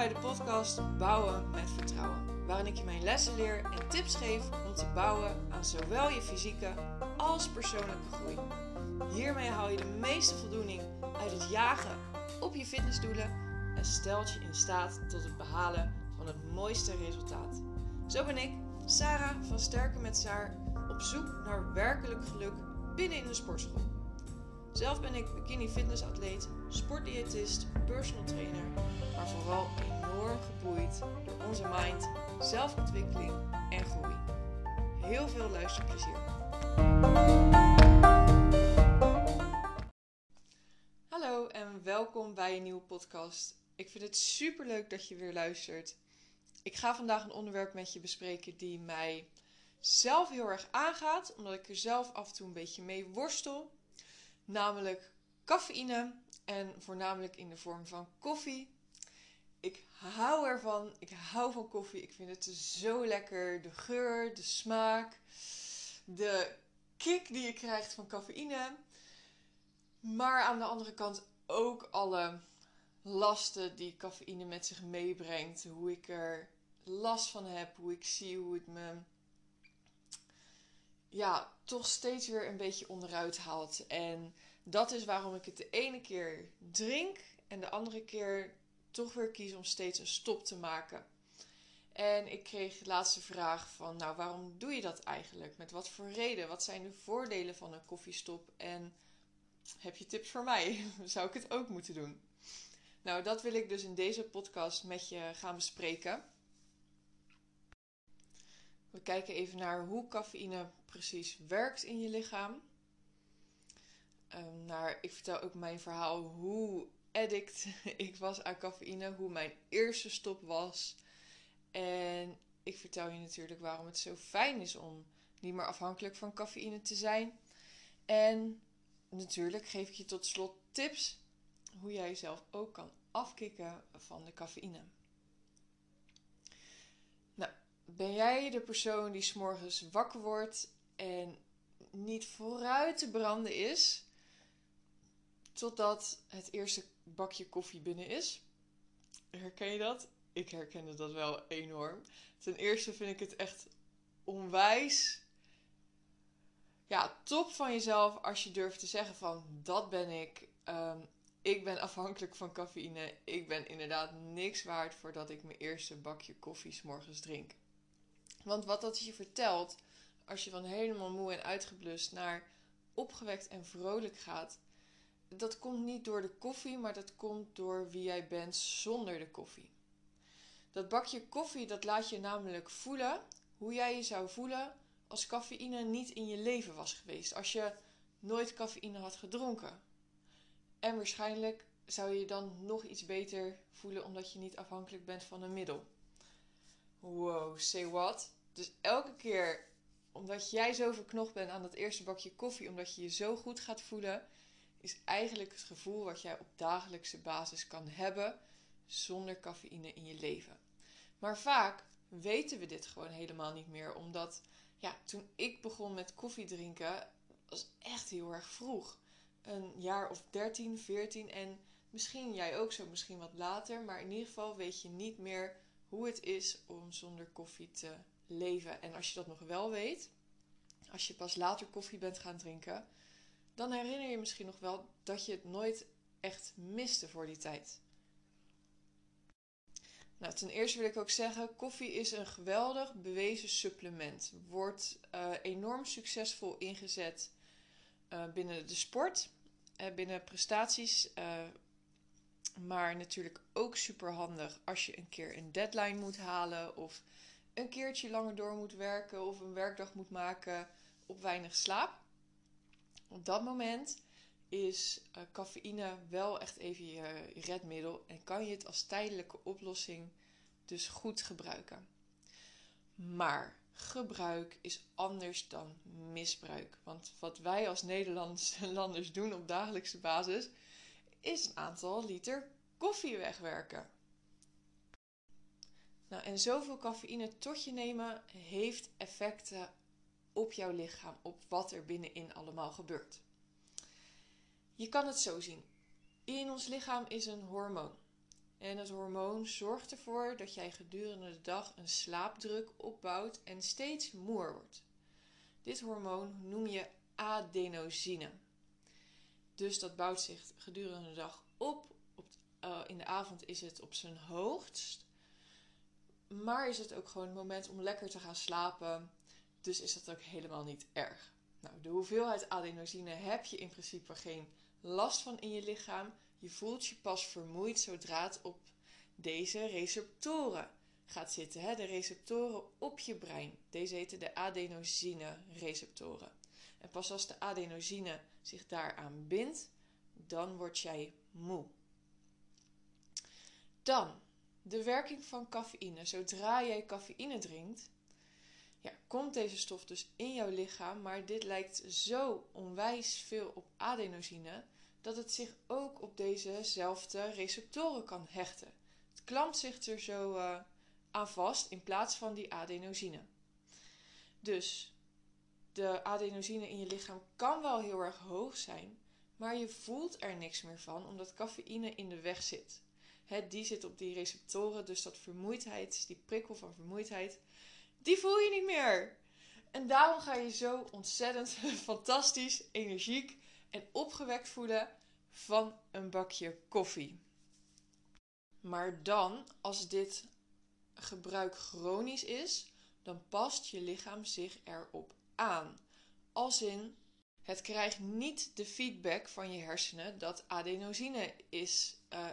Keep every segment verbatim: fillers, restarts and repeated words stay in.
bij de podcast Bouwen met Vertrouwen, waarin ik je mijn lessen leer en tips geef om te bouwen aan zowel je fysieke als persoonlijke groei. Hiermee haal je de meeste voldoening uit het jagen op je fitnessdoelen en stelt je in staat tot het behalen van het mooiste resultaat. Zo ben ik, Sarah van Sterken met Saar, op zoek naar werkelijk geluk binnen in de sportschool. Zelf ben ik bikini fitnessatleet, sportdiëtist, personal trainer, maar vooral enorm geboeid door onze mind, zelfontwikkeling en groei. Heel veel luisterplezier. Hallo en welkom bij een nieuwe podcast. Ik vind het super leuk dat je weer luistert. Ik ga vandaag een onderwerp met je bespreken die mij zelf heel erg aangaat, omdat ik er zelf af en toe een beetje mee worstel. Namelijk cafeïne en voornamelijk in de vorm van koffie. Ik hou ervan, ik hou van koffie, ik vind het zo lekker. De geur, de smaak, de kick die je krijgt van cafeïne. Maar aan de andere kant ook alle lasten die cafeïne met zich meebrengt. Hoe ik er last van heb, hoe ik zie hoe het me ja, toch steeds weer een beetje onderuit haalt. En dat is waarom ik het de ene keer drink en de andere keer toch weer kies om steeds een stop te maken. En ik kreeg de laatste vraag van, nou, waarom doe je dat eigenlijk? Met wat voor reden? Wat zijn de voordelen van een koffiestop? En heb je tips voor mij? Zou ik het ook moeten doen? Nou, dat wil ik dus in deze podcast met je gaan bespreken. We kijken even naar hoe cafeïne precies werkt in je lichaam. Um, naar, ik vertel ook mijn verhaal hoe addict ik was aan cafeïne. Hoe mijn eerste stop was. En ik vertel je natuurlijk waarom het zo fijn is om niet meer afhankelijk van cafeïne te zijn. En natuurlijk geef ik je tot slot tips hoe jij jezelf ook kan afkicken van de cafeïne. Nou, ben jij de persoon die 's morgens wakker wordt en niet vooruit te branden is totdat het eerste bakje koffie binnen is? Herken je dat? Ik herkende dat wel enorm. Ten eerste vind ik het echt onwijs ja, top van jezelf als je durft te zeggen van, dat ben ik. Um, ik ben afhankelijk van cafeïne. Ik ben inderdaad niks waard voordat ik mijn eerste bakje koffie 's morgens drink. Want wat dat je vertelt, als je van helemaal moe en uitgeblust naar opgewekt en vrolijk gaat, dat komt niet door de koffie, maar dat komt door wie jij bent zonder de koffie. Dat bakje koffie, dat laat je namelijk voelen hoe jij je zou voelen als cafeïne niet in je leven was geweest. Als je nooit cafeïne had gedronken. En waarschijnlijk zou je je dan nog iets beter voelen omdat je niet afhankelijk bent van een middel. Wow, say what? Dus elke keer, omdat jij zo verknocht bent aan dat eerste bakje koffie, omdat je je zo goed gaat voelen, is eigenlijk het gevoel wat jij op dagelijkse basis kan hebben zonder cafeïne in je leven. Maar vaak weten we dit gewoon helemaal niet meer, omdat ja, toen ik begon met koffie drinken, was echt heel erg vroeg. Een jaar of dertien, veertien en misschien jij ook zo, misschien wat later, maar in ieder geval weet je niet meer hoe het is om zonder koffie te leven. En als je dat nog wel weet, als je pas later koffie bent gaan drinken, dan herinner je misschien nog wel dat je het nooit echt miste voor die tijd. Nou, ten eerste wil ik ook zeggen, koffie is een geweldig bewezen supplement. Wordt uh, enorm succesvol ingezet uh, binnen de sport, uh, binnen prestaties. Uh, maar natuurlijk ook super handig als je een keer een deadline moet halen of een keertje langer door moet werken of een werkdag moet maken op weinig slaap. Op dat moment is uh, cafeïne wel echt even je redmiddel en kan je het als tijdelijke oplossing dus goed gebruiken. Maar gebruik is anders dan misbruik. Want wat wij als Nederlanders doen op dagelijkse basis is een aantal liter koffie wegwerken. Nou, en zoveel cafeïne tot je nemen heeft effecten op jouw lichaam, op wat er binnenin allemaal gebeurt. Je kan het zo zien. In ons lichaam is een hormoon. En het hormoon zorgt ervoor dat jij gedurende de dag een slaapdruk opbouwt en steeds moer wordt. Dit hormoon noem je adenosine. Dus dat bouwt zich gedurende de dag op. op uh, in de avond is het op zijn hoogst. Maar is het ook gewoon het moment om lekker te gaan slapen. Dus is dat ook helemaal niet erg. Nou, de hoeveelheid adenosine heb je in principe geen last van in je lichaam. Je voelt je pas vermoeid zodra het op deze receptoren gaat zitten. Hè? De receptoren op je brein. Deze heten de adenosine-receptoren. En pas als de adenosine zich daaraan bindt, dan word jij moe. Dan, de werking van cafeïne. Zodra jij cafeïne drinkt, ja, komt deze stof dus in jouw lichaam, maar dit lijkt zo onwijs veel op adenosine, dat het zich ook op dezezelfde receptoren kan hechten. Het klampt zich er zo uh, aan vast in plaats van die adenosine. Dus de adenosine in je lichaam kan wel heel erg hoog zijn, maar je voelt er niks meer van, omdat cafeïne in de weg zit. He, die zit op die receptoren, dus dat vermoeidheid, die prikkel van vermoeidheid, die voel je niet meer. En daarom ga je zo ontzettend fantastisch, energiek en opgewekt voelen van een bakje koffie. Maar dan, als dit gebruik chronisch is, dan past je lichaam zich erop aan. Als in, het krijgt niet de feedback van je hersenen dat adenosine is, uh,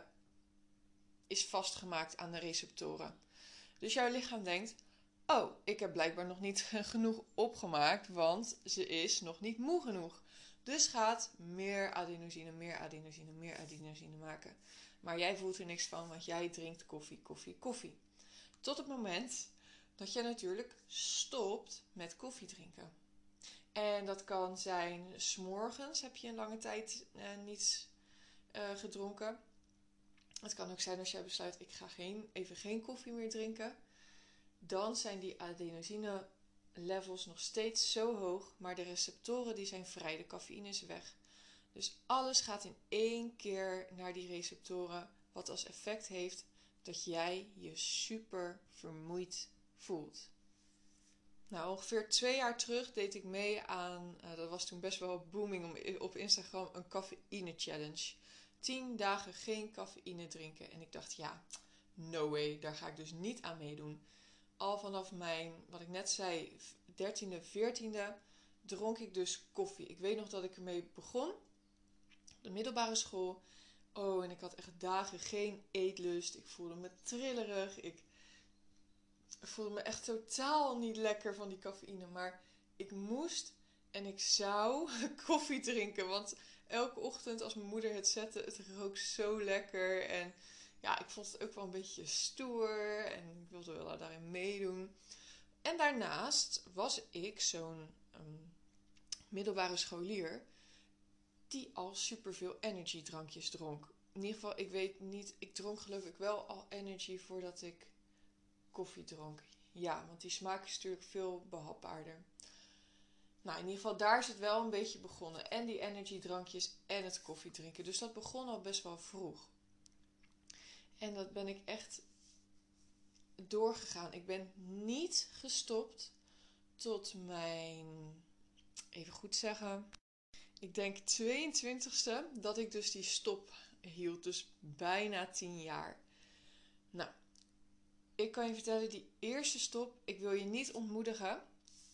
is vastgemaakt aan de receptoren. Dus jouw lichaam denkt, oh, ik heb blijkbaar nog niet genoeg opgemaakt, want ze is nog niet moe genoeg. Dus gaat meer adenosine, meer adenosine, meer adenosine maken. Maar jij voelt er niks van, want jij drinkt koffie, koffie, koffie. Tot het moment dat je natuurlijk stopt met koffie drinken. En dat kan zijn, 's morgens heb je een lange tijd uh, niets uh, gedronken. Het kan ook zijn als jij besluit, ik ga geen, even geen koffie meer drinken. Dan zijn die adenosine levels nog steeds zo hoog, maar de receptoren die zijn vrij, de cafeïne is weg. Dus alles gaat in één keer naar die receptoren, wat als effect heeft dat jij je super vermoeid voelt. Nou, ongeveer twee jaar terug deed ik mee aan, uh, dat was toen best wel booming om, op Instagram, een cafeïne challenge. tien dagen geen cafeïne drinken. En ik dacht, ja, no way, daar ga ik dus niet aan meedoen. Al vanaf mijn, wat ik net zei, dertiende, veertiende, dronk ik dus koffie. Ik weet nog dat ik ermee begon, de middelbare school. Oh, en ik had echt dagen geen eetlust. Ik voelde me trillerig. Ik voelde me echt totaal niet lekker van die cafeïne. Maar ik moest en ik zou koffie drinken. Want elke ochtend als mijn moeder het zette, het rook zo lekker. En ja, ik vond het ook wel een beetje stoer. En ik wilde wel daarin meedoen. En daarnaast was ik zo'n um, middelbare scholier die al superveel energy drankjes dronk. In ieder geval, ik weet niet, ik dronk geloof ik wel al energy voordat ik koffie dronk. Ja, want die smaak is natuurlijk veel behapbaarder. Nou, in ieder geval, daar is het wel een beetje begonnen. En die energy drankjes en het koffie drinken. Dus dat begon al best wel vroeg. En dat ben ik echt doorgegaan. Ik ben niet gestopt tot mijn, even goed zeggen, ik denk tweeëntwintigste dat ik dus die stop hield. Dus bijna tien jaar. Nou, ik kan je vertellen, die eerste stop, ik wil je niet ontmoedigen.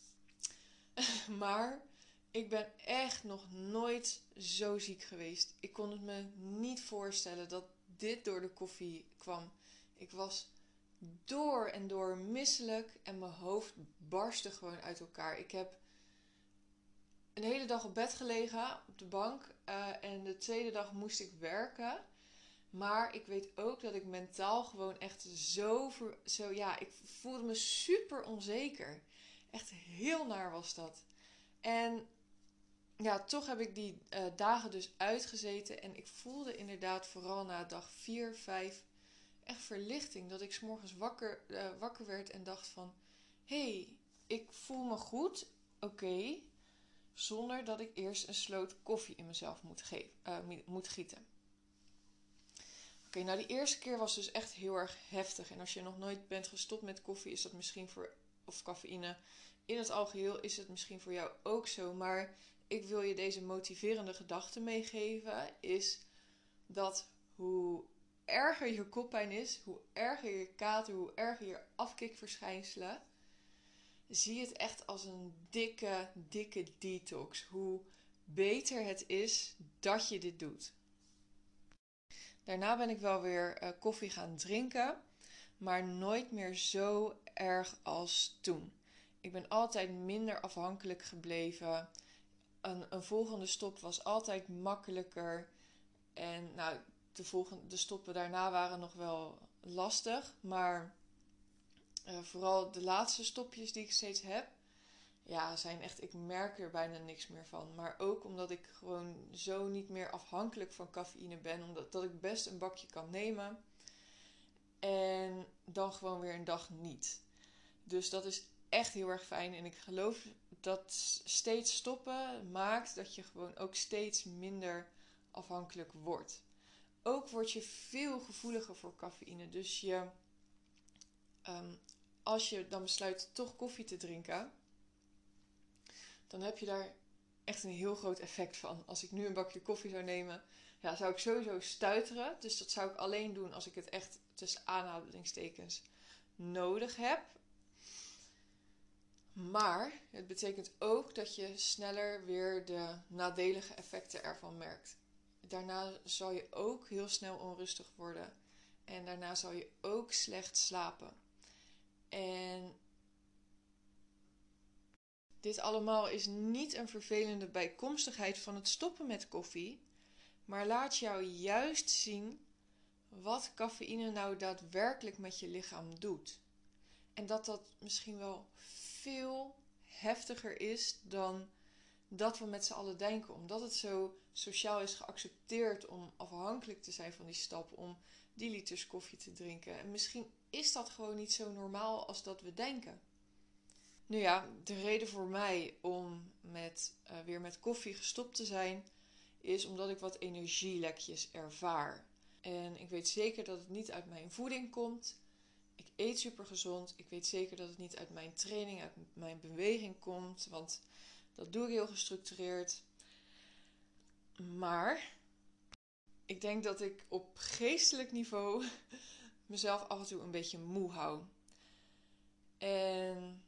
Maar ik ben echt nog nooit zo ziek geweest. Ik kon het me niet voorstellen dat dit door de koffie kwam. Ik was door en door misselijk en mijn hoofd barstte gewoon uit elkaar. Ik heb een hele dag op bed gelegen, op de bank. Uh, en de tweede dag moest ik werken. Maar ik weet ook dat ik mentaal gewoon echt zo, zo... Ja, ik voelde me super onzeker. Echt heel naar was dat. En ja, toch heb ik die uh, dagen dus uitgezeten. En ik voelde inderdaad vooral na dag vier, vijf echt verlichting. Dat ik 's morgens wakker, uh, wakker werd en dacht van, hé, hey, ik voel me goed, oké. Okay, zonder dat ik eerst een sloot koffie in mezelf moet, geven, uh, moet gieten. Oké, Oké, nou die eerste keer was dus echt heel erg heftig. En als je nog nooit bent gestopt met koffie, is dat misschien voor, of cafeïne, in het algeheel is het misschien voor jou ook zo. Maar ik wil je deze motiverende gedachte meegeven, is dat hoe erger je koppijn is, hoe erger je kater, hoe erger je afkikverschijnselen, zie het echt als een dikke, dikke detox. Hoe beter het is dat je dit doet. Daarna ben ik wel weer uh, koffie gaan drinken, maar nooit meer zo erg als toen. Ik ben altijd minder afhankelijk gebleven. Een, een volgende stop was altijd makkelijker. En nou, de, volgende, de stoppen daarna waren nog wel lastig. Maar uh, vooral de laatste stopjes die ik steeds heb, ja, zijn echt, ik merk er bijna niks meer van. Maar ook omdat ik gewoon zo niet meer afhankelijk van cafeïne ben. Omdat dat ik best een bakje kan nemen. En dan gewoon weer een dag niet. Dus dat is echt heel erg fijn. En ik geloof dat steeds stoppen maakt dat je gewoon ook steeds minder afhankelijk wordt. Ook word je veel gevoeliger voor cafeïne. Dus je, um, als je dan besluit toch koffie te drinken, dan heb je daar echt een heel groot effect van. Als ik nu een bakje koffie zou nemen, ja, zou ik sowieso stuiteren. Dus dat zou ik alleen doen als ik het echt tussen aanhalingstekens nodig heb. Maar het betekent ook dat je sneller weer de nadelige effecten ervan merkt. Daarna zal je ook heel snel onrustig worden. En daarna zal je ook slecht slapen. En dit allemaal is niet een vervelende bijkomstigheid van het stoppen met koffie, maar laat jou juist zien wat cafeïne nou daadwerkelijk met je lichaam doet. En dat dat misschien wel veel heftiger is dan dat we met z'n allen denken. Omdat het zo sociaal is geaccepteerd om afhankelijk te zijn van die stap, om die liters koffie te drinken. En misschien is dat gewoon niet zo normaal als dat we denken. Nu ja, de reden voor mij om met, uh, weer met koffie gestopt te zijn, is omdat ik wat energielekjes ervaar. En ik weet zeker dat het niet uit mijn voeding komt. Ik eet super gezond. Ik weet zeker dat het niet uit mijn training, uit mijn beweging komt. Want dat doe ik heel gestructureerd. Maar ik denk dat ik op geestelijk niveau mezelf af en toe een beetje moe hou. En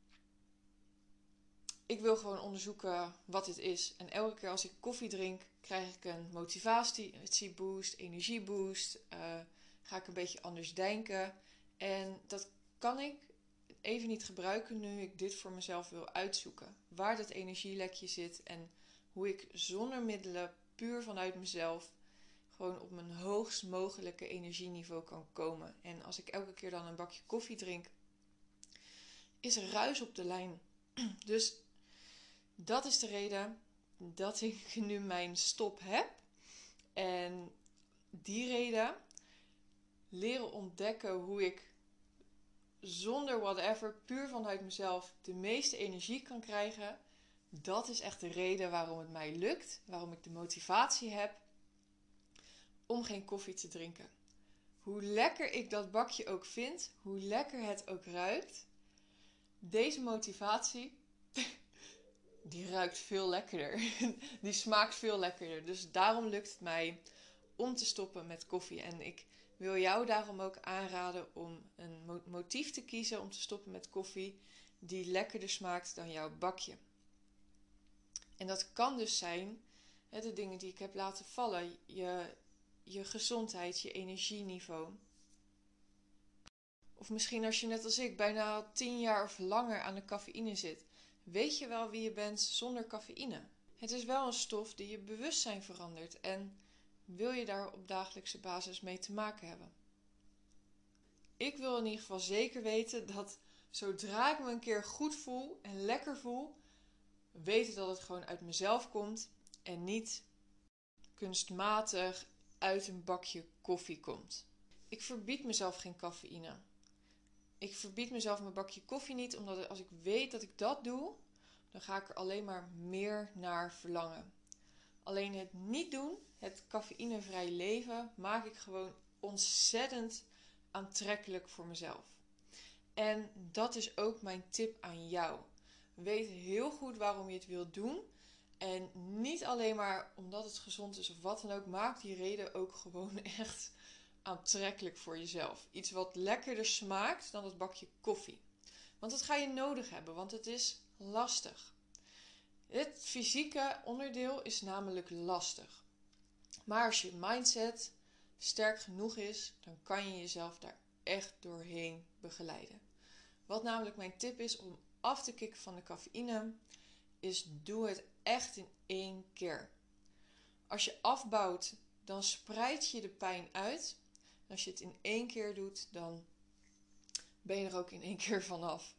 ik wil gewoon onderzoeken wat dit is. En elke keer als ik koffie drink, krijg ik een motivatieboost, energieboost. Uh, ga ik een beetje anders denken. En dat kan ik even niet gebruiken nu ik dit voor mezelf wil uitzoeken. Waar dat energielekje zit en hoe ik zonder middelen, puur vanuit mezelf, gewoon op mijn hoogst mogelijke energieniveau kan komen. En als ik elke keer dan een bakje koffie drink, is er ruis op de lijn. Dus dat is de reden dat ik nu mijn stop heb. En die reden, leren ontdekken hoe ik zonder whatever, puur vanuit mezelf, de meeste energie kan krijgen. Dat is echt de reden waarom het mij lukt. Waarom ik de motivatie heb om geen koffie te drinken. Hoe lekker ik dat bakje ook vind, hoe lekker het ook ruikt. Deze motivatie, die ruikt veel lekkerder. Die smaakt veel lekkerder. Dus daarom lukt het mij om te stoppen met koffie. En ik wil jou daarom ook aanraden om een motief te kiezen om te stoppen met koffie die lekkerder smaakt dan jouw bakje. En dat kan dus zijn, de dingen die ik heb laten vallen, je, je gezondheid, je energieniveau. Of misschien als je net als ik bijna al tien jaar of langer aan de cafeïne zit. Weet je wel wie je bent zonder cafeïne? Het is wel een stof die je bewustzijn verandert en wil je daar op dagelijkse basis mee te maken hebben. Ik wil in ieder geval zeker weten dat zodra ik me een keer goed voel en lekker voel, weten dat het gewoon uit mezelf komt en niet kunstmatig uit een bakje koffie komt. Ik verbied mezelf geen cafeïne. Ik verbied mezelf mijn bakje koffie niet, omdat als ik weet dat ik dat doe, dan ga ik er alleen maar meer naar verlangen. Alleen het niet doen, het cafeïnevrij leven, maak ik gewoon ontzettend aantrekkelijk voor mezelf. En dat is ook mijn tip aan jou. Weet heel goed waarom je het wilt doen. En niet alleen maar omdat het gezond is of wat dan ook. Maak die reden ook gewoon echt aantrekkelijk voor jezelf. Iets wat lekkerder smaakt dan dat bakje koffie. Want dat ga je nodig hebben, want het is lastig. Het fysieke onderdeel is namelijk lastig. Maar als je mindset sterk genoeg is, dan kan je jezelf daar echt doorheen begeleiden. Wat namelijk mijn tip is om af te kicken van de cafeïne, is doe het echt in één keer. Als je afbouwt, dan spreid je de pijn uit. En als je het in één keer doet, dan ben je er ook in één keer vanaf.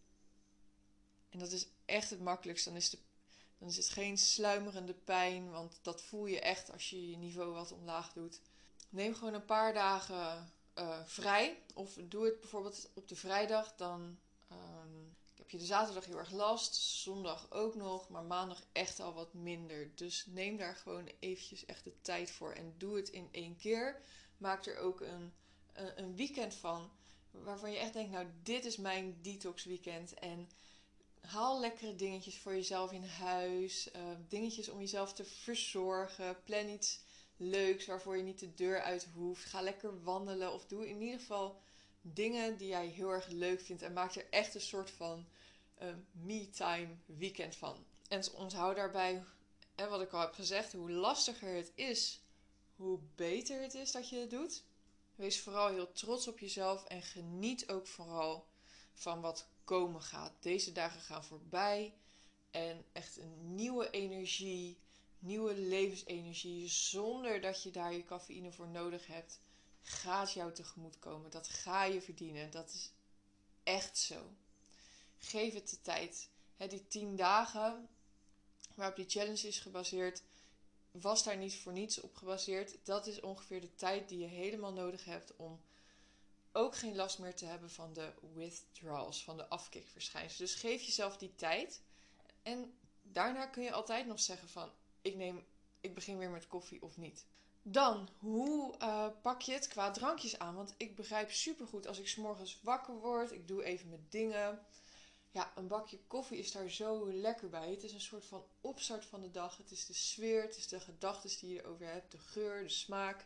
En dat is echt het makkelijkste. Dan is, de, dan is het geen sluimerende pijn, want dat voel je echt als je je niveau wat omlaag doet. Neem gewoon een paar dagen uh, vrij. Of doe het bijvoorbeeld op de vrijdag. Dan um, heb je de zaterdag heel erg last. Zondag ook nog. Maar maandag echt al wat minder. Dus neem daar gewoon eventjes echt de tijd voor. En doe het in één keer. Maak er ook een, een, een weekend van. Waarvan je echt denkt, nou dit is mijn detox weekend. En haal lekkere dingetjes voor jezelf in huis. Uh, dingetjes om jezelf te verzorgen. Plan iets leuks waarvoor je niet de deur uit hoeft. Ga lekker wandelen of doe in ieder geval dingen die jij heel erg leuk vindt. En maak er echt een soort van uh, me-time weekend van. En onthoud daarbij, en wat ik al heb gezegd, hoe lastiger het is, hoe beter het is dat je het doet. Wees vooral heel trots op jezelf en geniet ook vooral van wat komen gaat. Deze dagen gaan voorbij en echt een nieuwe energie, nieuwe levensenergie, zonder dat je daar je cafeïne voor nodig hebt, gaat jou tegemoet komen. Dat ga je verdienen. Dat is echt zo. Geef het de tijd. He, die tien dagen waarop die challenge is gebaseerd, was daar niet voor niets op gebaseerd. Dat is ongeveer de tijd die je helemaal nodig hebt om ook geen last meer te hebben van de withdrawals, van de afkikverschijnselen. Dus geef jezelf die tijd. En daarna kun je altijd nog zeggen van, ik, neem, ik begin weer met koffie of niet. Dan, hoe uh, pak je het qua drankjes aan? Want ik begrijp supergoed als ik 's morgens wakker word, ik doe even mijn dingen. Ja, een bakje koffie is daar zo lekker bij. Het is een soort van opstart van de dag. Het is de sfeer, het is de gedachten die je erover hebt, de geur, de smaak.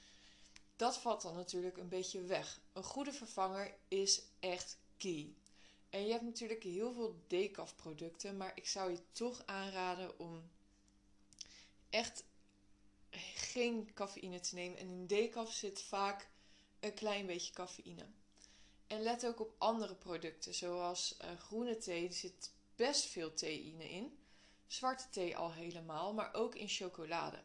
Dat valt dan natuurlijk een beetje weg. Een goede vervanger is echt key. En je hebt natuurlijk heel veel decaf producten, maar ik zou je toch aanraden om echt geen cafeïne te nemen. En in decaf zit vaak een klein beetje cafeïne. En let ook op andere producten, zoals uh, groene thee. Er zit best veel theïne in. Zwarte thee al helemaal, maar ook in chocolade.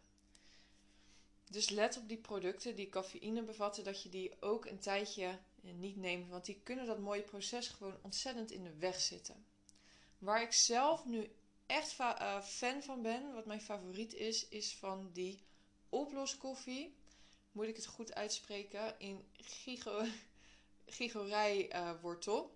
Dus let op die producten die cafeïne bevatten, dat je die ook een tijdje niet neemt. Want die kunnen dat mooie proces gewoon ontzettend in de weg zitten. Waar ik zelf nu echt fa- uh, fan van ben, wat mijn favoriet is, is van die oploskoffie. Moet ik het goed uitspreken? In gigo, gigorij uh, wortel.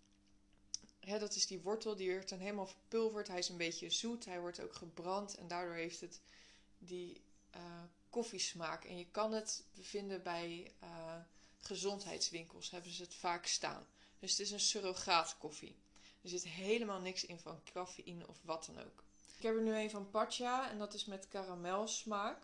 Ja, dat is die wortel, die wordt dan helemaal verpulverd. Hij is een beetje zoet, hij wordt ook gebrand en daardoor heeft het die uh, koffiesmaak. En je kan het vinden bij uh, gezondheidswinkels, hebben ze het vaak staan. Dus het is een surrogaat koffie. Er zit helemaal niks in van cafeïne of wat dan ook. Ik heb er nu een van Patja en dat is met karamelsmaak.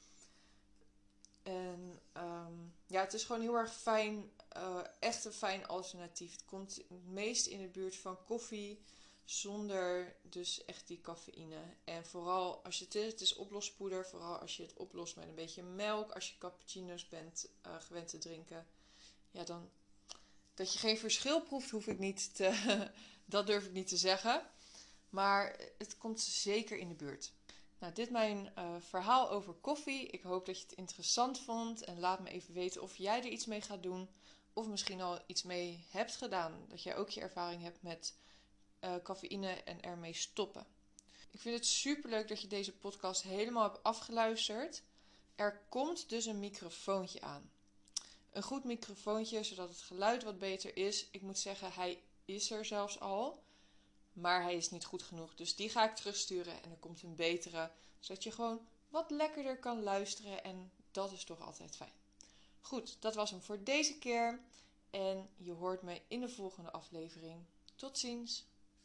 En um, ja, het is gewoon heel erg fijn, uh, echt een fijn alternatief. Het komt het meest in de buurt van koffie, zonder dus echt die cafeïne. En vooral als je het is, het is oplospoeder, vooral als je het oplost met een beetje melk. Als je cappuccino's bent uh, gewend te drinken, ja dan, dat je geen verschil proeft, hoef ik niet te, dat durf ik niet te zeggen. Maar het komt zeker in de buurt. Nou, dit is mijn uh, verhaal over koffie. Ik hoop dat je het interessant vond. En laat me even weten of jij er iets mee gaat doen. Of misschien al iets mee hebt gedaan. Dat jij ook je ervaring hebt met uh, cafeïne en ermee stoppen. Ik vind het superleuk dat je deze podcast helemaal hebt afgeluisterd. Er komt dus een microfoontje aan. Een goed microfoontje, zodat het geluid wat beter is. Ik moet zeggen, hij is er zelfs al. Maar hij is niet goed genoeg. Dus die ga ik terugsturen en er komt een betere. Zodat je gewoon wat lekkerder kan luisteren en dat is toch altijd fijn. Goed, dat was hem voor deze keer. En je hoort me in de volgende aflevering. Tot ziens!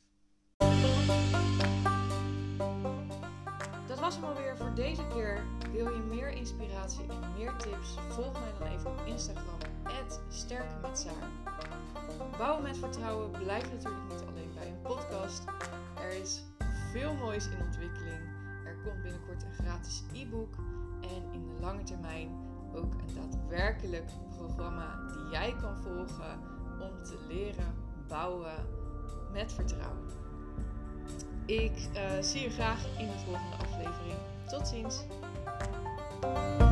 Dat was hem alweer voor deze keer. Wil je meer inspiratie en meer tips? Volg mij dan even op Instagram, at sterkemetsaar. Bouwen met vertrouwen blijft natuurlijk niet alleen bij een podcast. Er is veel moois in ontwikkeling. Er komt binnenkort een gratis e-book. En in de lange termijn ook een daadwerkelijk programma die jij kan volgen om te leren bouwen met vertrouwen. Ik uh, zie je graag in de volgende aflevering. Tot ziens!